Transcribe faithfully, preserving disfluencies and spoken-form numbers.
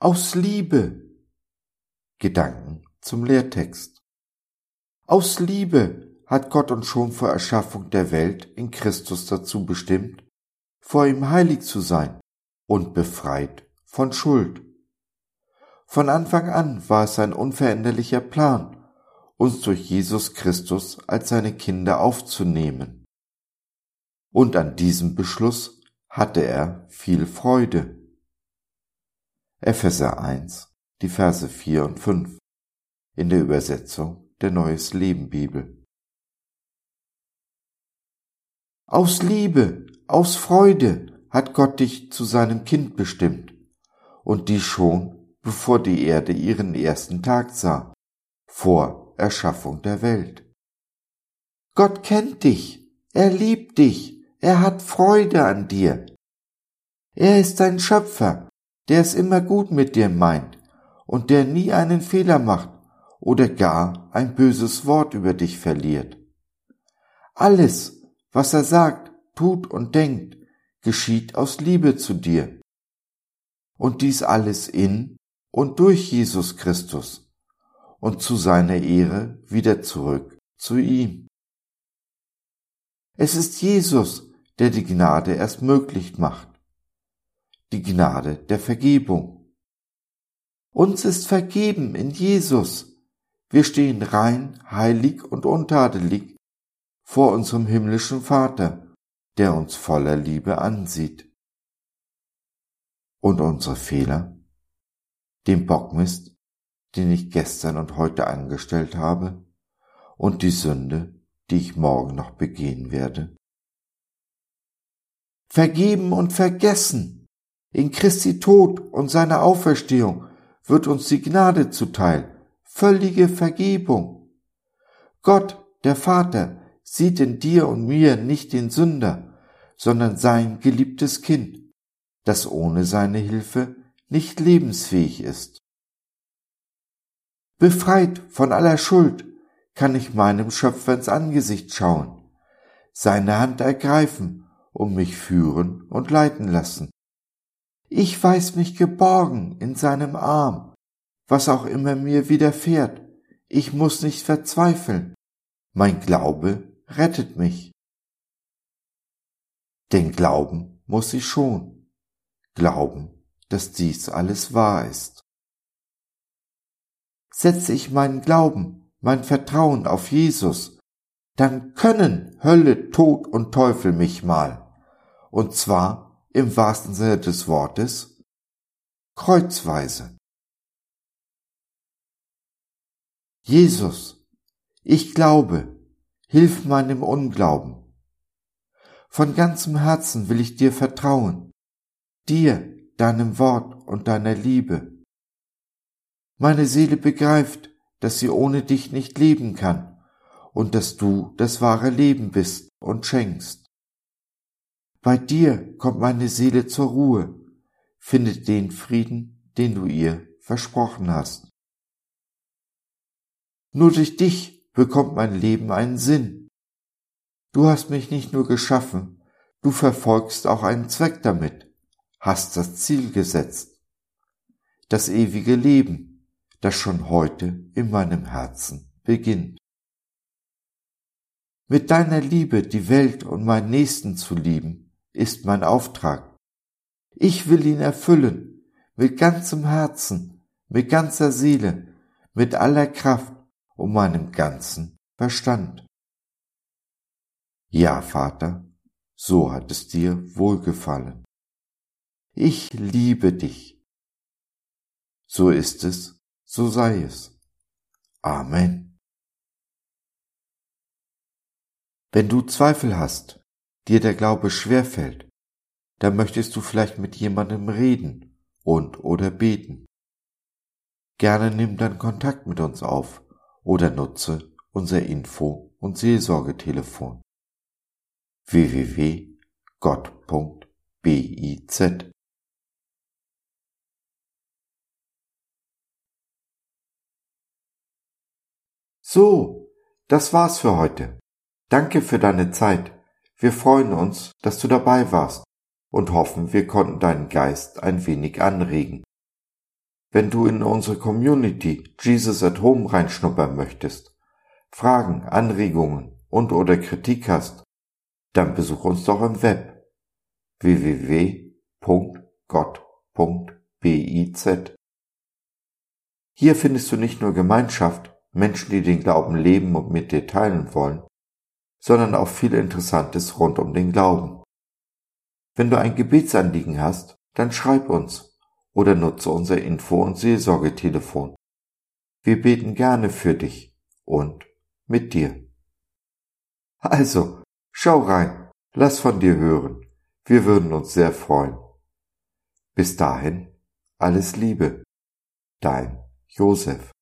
Aus Liebe. Gedanken zum Lehrtext. Aus Liebe hat Gott uns schon vor Erschaffung der Welt in Christus dazu bestimmt, vor ihm heilig zu sein und befreit von Schuld. Von Anfang an war es sein unveränderlicher Plan, uns durch Jesus Christus als seine Kinder aufzunehmen. Und an diesem Beschluss hatte er viel Freude. Epheser eins, die Verse vier und fünf, in der Übersetzung der Neues Leben Bibel. Aus Liebe, aus Freude hat Gott dich zu seinem Kind bestimmt, und dies schon, bevor die Erde ihren ersten Tag sah, vor Erschaffung der Welt. Gott kennt dich, er liebt dich, er hat Freude an dir. Er ist dein Schöpfer, der es immer gut mit dir meint und der nie einen Fehler macht oder gar ein böses Wort über dich verliert. Alles, was er sagt, tut und denkt, geschieht aus Liebe zu dir. Und dies alles in und durch Jesus Christus und zu seiner Ehre wieder zurück zu ihm. Es ist Jesus, der die Gnade erst möglich macht. Die Gnade der Vergebung. Uns ist vergeben in Jesus. Wir stehen rein, heilig und untadelig vor unserem himmlischen Vater, der uns voller Liebe ansieht. Und unsere Fehler, den Bockmist, den ich gestern und heute angestellt habe, und die Sünde, die ich morgen noch begehen werde. Vergeben und vergessen. In Christi Tod und seiner Auferstehung wird uns die Gnade zuteil, völlige Vergebung. Gott, der Vater, sieht in dir und mir nicht den Sünder, sondern sein geliebtes Kind, das ohne seine Hilfe nicht lebensfähig ist. Befreit von aller Schuld kann ich meinem Schöpfer ins Angesicht schauen, seine Hand ergreifen und mich führen und leiten lassen. Ich weiß mich geborgen in seinem Arm, was auch immer mir widerfährt. Ich muss nicht verzweifeln. Mein Glaube rettet mich. Denn glauben muss ich schon. Glauben, dass dies alles wahr ist. Setze ich meinen Glauben, mein Vertrauen auf Jesus, dann können Hölle, Tod und Teufel mich mal. Und zwar im wahrsten Sinne des Wortes, kreuzweise. Jesus, ich glaube, hilf meinem Unglauben. Von ganzem Herzen will ich dir vertrauen, dir, deinem Wort und deiner Liebe. Meine Seele begreift, dass sie ohne dich nicht leben kann und dass du das wahre Leben bist und schenkst. Bei dir kommt meine Seele zur Ruhe, findet den Frieden, den du ihr versprochen hast. Nur durch dich bekommt mein Leben einen Sinn. Du hast mich nicht nur geschaffen, du verfolgst auch einen Zweck damit, hast das Ziel gesetzt. Das ewige Leben, das schon heute in meinem Herzen beginnt. Mit deiner Liebe die Welt und meinen Nächsten zu lieben, ist mein Auftrag. Ich will ihn erfüllen, mit ganzem Herzen, mit ganzer Seele, mit aller Kraft und meinem ganzen Verstand. Ja, Vater, so hat es dir wohlgefallen. Ich liebe dich. So ist es, so sei es. Amen. Wenn du Zweifel hast, dir der Glaube schwerfällt, dann möchtest du vielleicht mit jemandem reden und oder beten. Gerne nimm dann Kontakt mit uns auf oder nutze unser Info- und Seelsorgetelefon w w w punkt gott punkt biz. So, das war's für heute. Danke für deine Zeit. Wir freuen uns, dass du dabei warst und hoffen, wir konnten deinen Geist ein wenig anregen. Wenn du in unsere Community Jesus at Home reinschnuppern möchtest, Fragen, Anregungen und oder Kritik hast, dann besuch uns doch im Web w w w punkt gott punkt biz. Hier findest du nicht nur Gemeinschaft, Menschen, die den Glauben leben und mit dir teilen wollen, sondern auch viel Interessantes rund um den Glauben. Wenn du ein Gebetsanliegen hast, dann schreib uns oder nutze unser Info- und Seelsorgetelefon. Wir beten gerne für dich und mit dir. Also, schau rein, lass von dir hören. Wir würden uns sehr freuen. Bis dahin, alles Liebe, dein Josef.